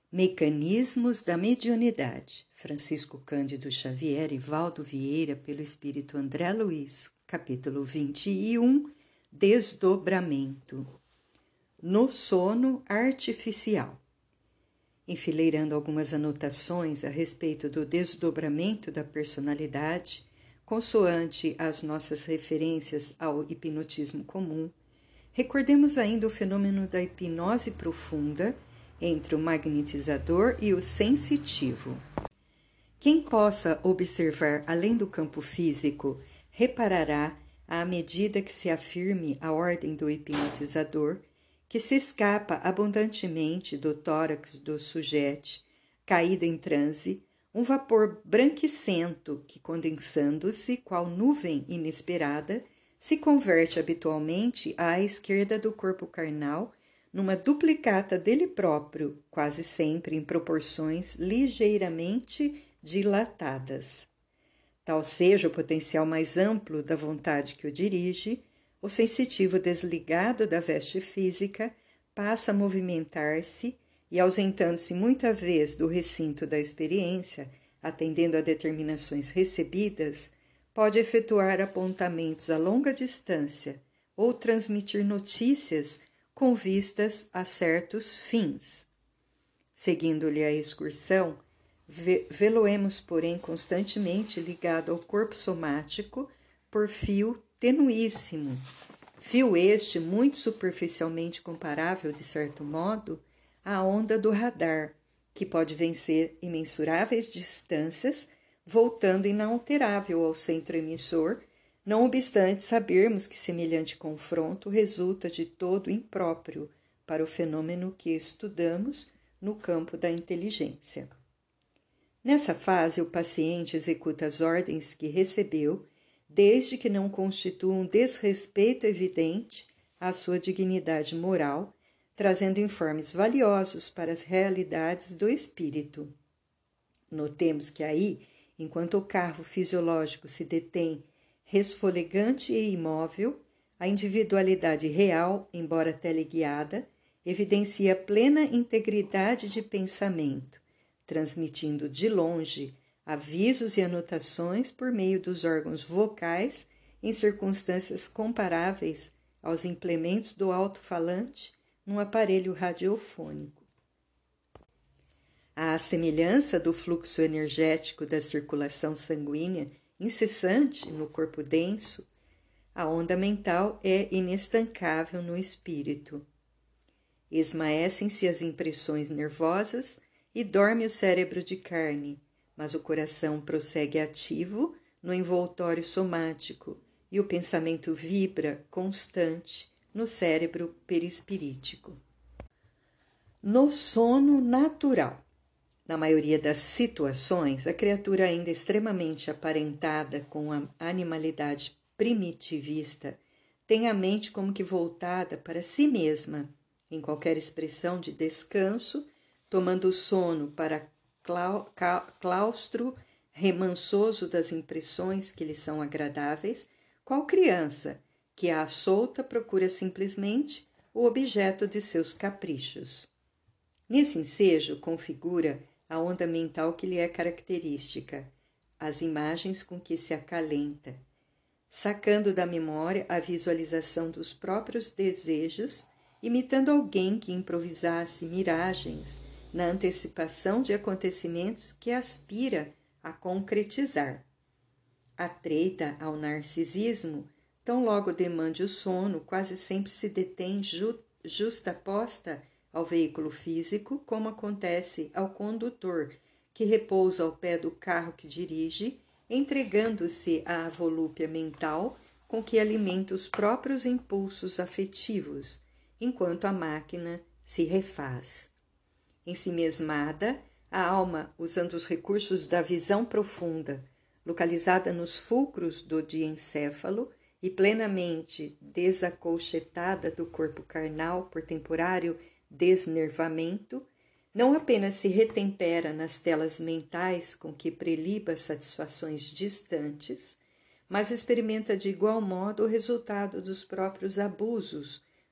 Mecanismos da mediunidade. Francisco Cândido Xavier e Valdo Vieira, pelo Espírito André Luiz, capítulo 21, Desdobramento. No sono artificial. Enfileirando algumas anotações a respeito do desdobramento da personalidade, consoante as nossas referências ao hipnotismo comum, recordemos ainda o fenômeno da hipnose profunda entre o magnetizador e o sensitivo. Quem possa observar além do campo físico, reparará, à medida que se afirme a ordem do hipnotizador, que se escapa abundantemente do tórax do sujeito, caído em transe, um vapor branquicento que, condensando-se qual nuvem inesperada, se converte habitualmente à esquerda do corpo carnal numa duplicata dele próprio, quase sempre em proporções ligeiramente dilatadas. Tal seja o potencial mais amplo da vontade que o dirige, o sensitivo desligado da veste física passa a movimentar-se e, ausentando-se muita vez do recinto da experiência, atendendo a determinações recebidas, pode efetuar apontamentos a longa distância ou transmitir notícias com vistas a certos fins. Seguindo-lhe a excursão, vê-lo-emos, porém, constantemente ligado ao corpo somático por fio tenuíssimo. Fio este muito superficialmente comparável, de certo modo, à onda do radar, que pode vencer imensuráveis distâncias, voltando inalterável ao centro emissor, não obstante sabermos que semelhante confronto resulta de todo impróprio para o fenômeno que estudamos no campo da inteligência. Nessa fase, o paciente executa as ordens que recebeu, desde que não constituam um desrespeito evidente à sua dignidade moral, trazendo informes valiosos para as realidades do espírito. Notemos que aí, enquanto o carro fisiológico se detém resfolegante e imóvel, a individualidade real, embora teleguiada, evidencia plena integridade de pensamento, transmitindo de longe avisos e anotações por meio dos órgãos vocais em circunstâncias comparáveis aos implementos do alto-falante num aparelho radiofônico. À semelhança do fluxo energético da circulação sanguínea incessante no corpo denso, a onda mental é inestancável no espírito. Esmaecem-se as impressões nervosas e dorme o cérebro de carne, mas o coração prossegue ativo no envoltório somático e o pensamento vibra constante no cérebro perispirítico. No sono natural. Na maioria das situações, a criatura ainda extremamente aparentada com a animalidade primitivista tem a mente como que voltada para si mesma, em qualquer expressão de descanso, tomando o sono para claustro remansoso das impressões que lhe são agradáveis, qual criança que à solta procura simplesmente o objeto de seus caprichos. Nesse ensejo configura a onda mental que lhe é característica, as imagens com que se acalenta, sacando da memória a visualização dos próprios desejos, imitando alguém que improvisasse miragens na antecipação de acontecimentos que aspira a concretizar. Atreita ao narcisismo, tão logo demande o sono, quase sempre se detém justaposta ao veículo físico, como acontece ao condutor, que repousa ao pé do carro que dirige, entregando-se à volúpia mental com que alimenta os próprios impulsos afetivos, enquanto a máquina se refaz. Ensimesmada, a alma, usando os recursos da visão profunda, localizada nos fulcros do diencéfalo e plenamente desacolchetada do corpo carnal por temporário desnervamento, não apenas se retempera nas telas mentais com que preliba satisfações distantes, mas experimenta de igual modo o resultado dos próprios abusos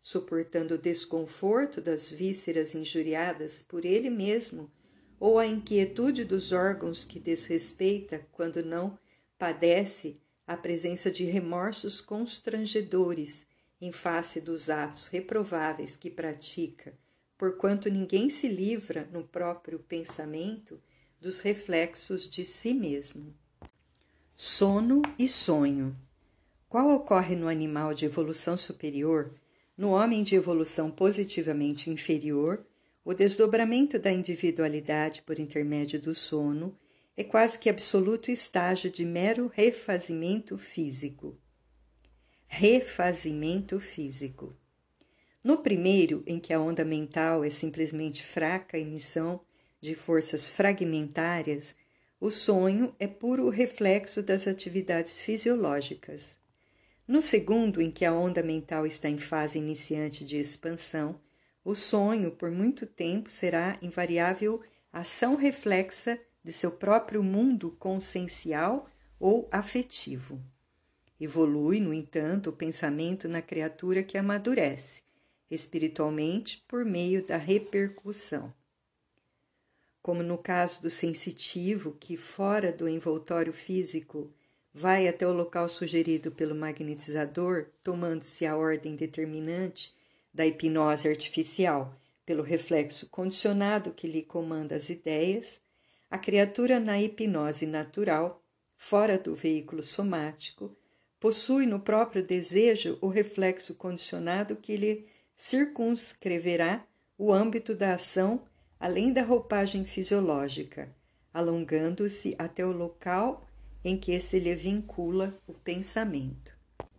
suportando o desconforto das vísceras injuriadas por ele mesmo, ou a inquietude dos órgãos que desrespeita quando não padece a presença de remorsos constrangedores em face dos atos reprováveis que pratica, porquanto ninguém se livra no próprio pensamento dos reflexos de si mesmo. Sono e sonho. Qual ocorre no animal de evolução superior, no homem de evolução positivamente inferior, o desdobramento da individualidade por intermédio do sono é quase que absoluto estágio de mero refazimento físico. Refazimento físico. No primeiro, em que a onda mental é simplesmente fraca emissão de forças fragmentárias, o sonho é puro reflexo das atividades fisiológicas. No segundo, em que a onda mental está em fase iniciante de expansão, o sonho, por muito tempo, será invariável ação reflexa de seu próprio mundo consciencial ou afetivo. Evolui, no entanto, o pensamento na criatura que amadurece, espiritualmente, por meio da repercussão. Como no caso do sensitivo, que fora do envoltório físico vai até o local sugerido pelo magnetizador, tomando-se a ordem determinante da hipnose artificial, pelo reflexo condicionado que lhe comanda as ideias, a criatura na hipnose natural, fora do veículo somático, possui no próprio desejo o reflexo condicionado que lhe circunscreverá o âmbito da ação além da roupagem fisiológica, alongando-se até o local em que se lhe vincula o pensamento.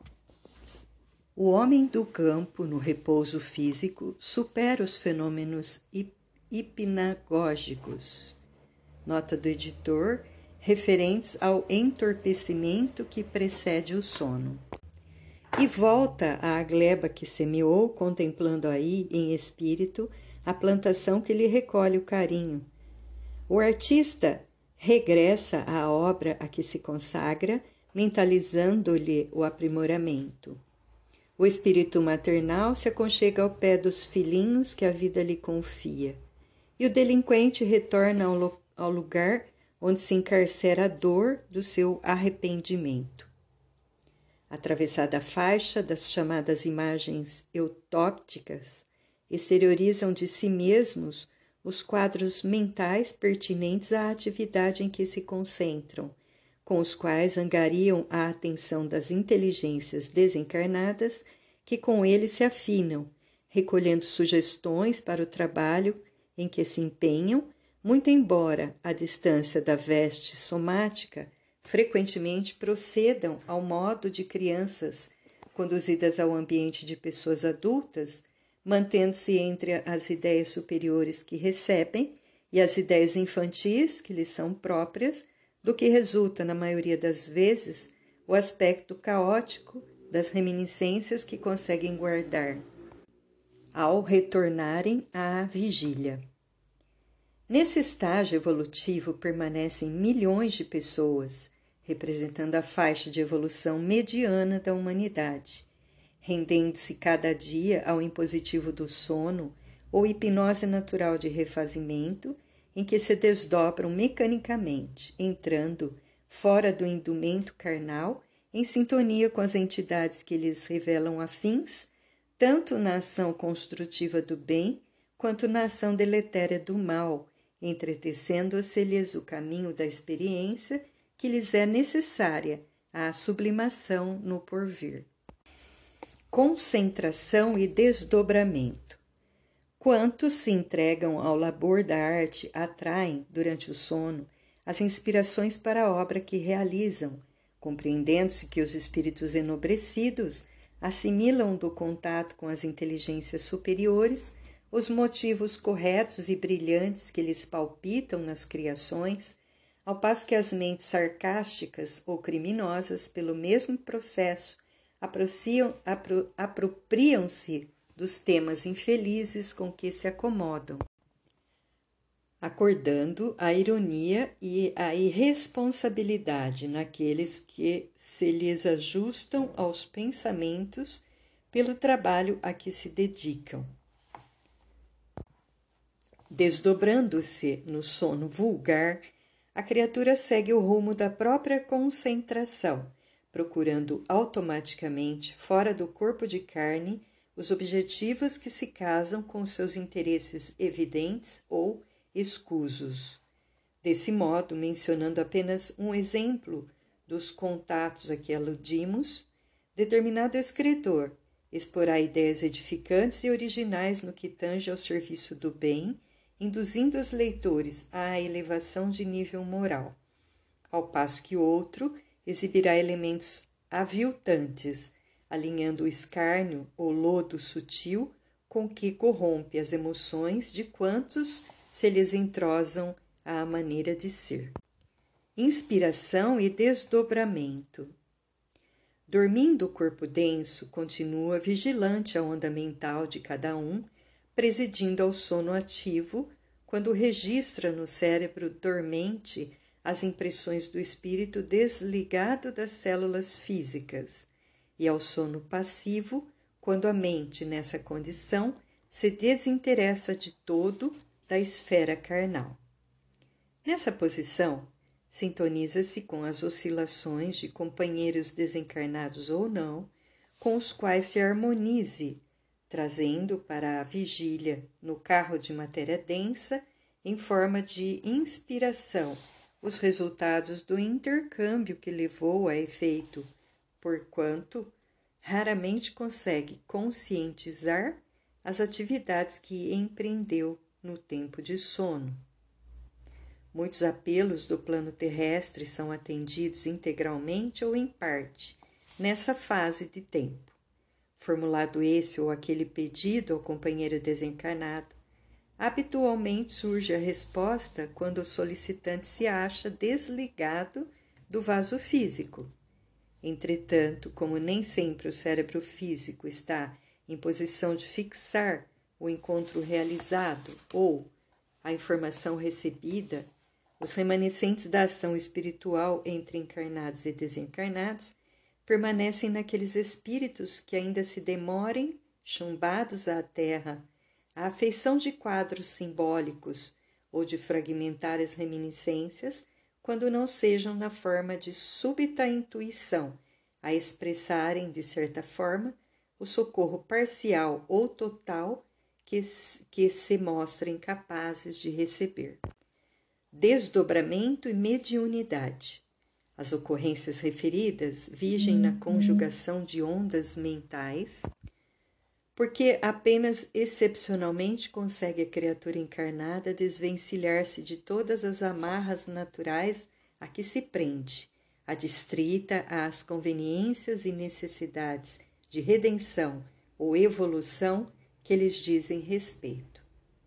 O homem do campo, no repouso físico, supera os fenômenos hipnagógicos. Nota do editor, referentes ao entorpecimento que precede o sono. E volta à gleba que semeou, contemplando aí, em espírito, a plantação que lhe recolhe o carinho. O artista regressa à obra a que se consagra, mentalizando-lhe o aprimoramento. O espírito maternal se aconchega ao pé dos filhinhos que a vida lhe confia, e o delinquente retorna ao lugar onde se encarcera a dor do seu arrependimento. Atravessada a faixa das chamadas imagens eutópticas, exteriorizam de si mesmos os quadros mentais pertinentes à atividade em que se concentram, com os quais angariam a atenção das inteligências desencarnadas que com ele se afinam, recolhendo sugestões para o trabalho em que se empenham, muito embora, à distância da veste somática, frequentemente procedam ao modo de crianças conduzidas ao ambiente de pessoas adultas, mantendo-se entre as ideias superiores que recebem e as ideias infantis que lhes são próprias, do que resulta, na maioria das vezes, o aspecto caótico das reminiscências que conseguem guardar ao retornarem à vigília. Nesse estágio evolutivo permanecem milhões de pessoas, representando a faixa de evolução mediana da humanidade, rendendo-se cada dia ao impositivo do sono ou hipnose natural de refazimento, em que se desdobram mecanicamente, entrando fora do indumento carnal, em sintonia com as entidades que lhes revelam afins, tanto na ação construtiva do bem, quanto na ação deletéria do mal, entretecendo-se-lhes o caminho da experiência que lhes é necessária à sublimação no porvir. Concentração e desdobramento. Quantos se entregam ao labor da arte atraem, durante o sono, as inspirações para a obra que realizam, compreendendo-se que os espíritos enobrecidos assimilam do contato com as inteligências superiores os motivos corretos e brilhantes que lhes palpitam nas criações, ao passo que as mentes sarcásticas ou criminosas, pelo mesmo processo, apropriam-se dos temas infelizes com que se acomodam, acordando a ironia e a irresponsabilidade naqueles que se lhes ajustam aos pensamentos pelo trabalho a que se dedicam. Desdobrando-se no sono vulgar, a criatura segue o rumo da própria concentração, procurando automaticamente, fora do corpo de carne, os objetivos que se casam com seus interesses evidentes ou escusos. Desse modo, mencionando apenas um exemplo dos contatos a que aludimos, determinado escritor exporá ideias edificantes e originais no que tange ao serviço do bem, induzindo os leitores à elevação de nível moral, ao passo que outro exibirá elementos aviltantes, alinhando o escárnio ou lodo sutil com que corrompe as emoções de quantos se lhes entrosam à maneira de ser. Inspiração e desdobramento. Dormindo o corpo denso, continua vigilante a onda mental de cada um, presidindo ao sono ativo, quando registra no cérebro dormente as impressões do espírito desligado das células físicas, e ao sono passivo, quando a mente, nessa condição, se desinteressa de todo da esfera carnal. Nessa posição, sintoniza-se com as oscilações de companheiros desencarnados ou não, com os quais se harmonize, trazendo para a vigília no carro de matéria densa, em forma de inspiração, os resultados do intercâmbio que levou a efeito, porquanto raramente consegue conscientizar as atividades que empreendeu no tempo de sono. Muitos apelos do plano terrestre são atendidos integralmente ou em parte, nessa fase de tempo. Formulado esse ou aquele pedido ao companheiro desencarnado, habitualmente surge a resposta quando o solicitante se acha desligado do vaso físico. Entretanto, como nem sempre o cérebro físico está em posição de fixar o encontro realizado ou a informação recebida, os remanescentes da ação espiritual entre encarnados e desencarnados permanecem naqueles espíritos que ainda se demorem, chumbados à terra, à afeição de quadros simbólicos ou de fragmentárias reminiscências, quando não sejam na forma de súbita intuição, a expressarem, de certa forma, o socorro parcial ou total que se mostrem capazes de receber. Desdobramento e mediunidade. As ocorrências referidas vigem na conjugação de ondas mentais, porque apenas excepcionalmente consegue a criatura encarnada desvencilhar-se de todas as amarras naturais a que se prende, adstrita às conveniências e necessidades de redenção ou evolução que lhes dizem respeito.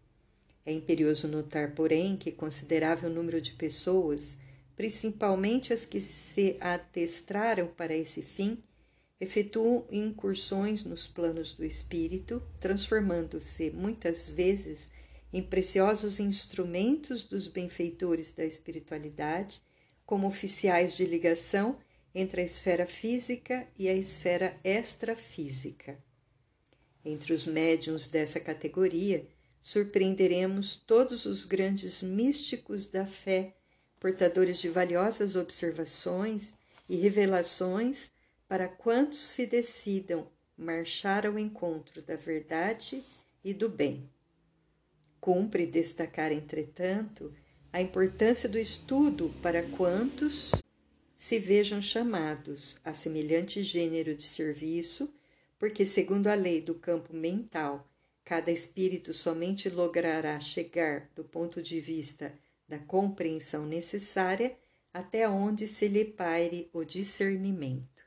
É imperioso notar, porém, que considerável número de pessoas, principalmente as que se adestraram para esse fim, efetuam incursões nos planos do espírito, transformando-se muitas vezes em preciosos instrumentos dos benfeitores da espiritualidade, como oficiais de ligação entre a esfera física e a esfera extrafísica. Entre os médiuns dessa categoria, surpreenderemos todos os grandes místicos da fé, portadores de valiosas observações e revelações para quantos se decidam marchar ao encontro da verdade e do bem. Cumpre destacar, entretanto, a importância do estudo para quantos se vejam chamados a semelhante gênero de serviço, porque, segundo a lei do campo mental, cada espírito somente logrará chegar, do ponto de vista da compreensão necessária, até onde se lhe paire o discernimento.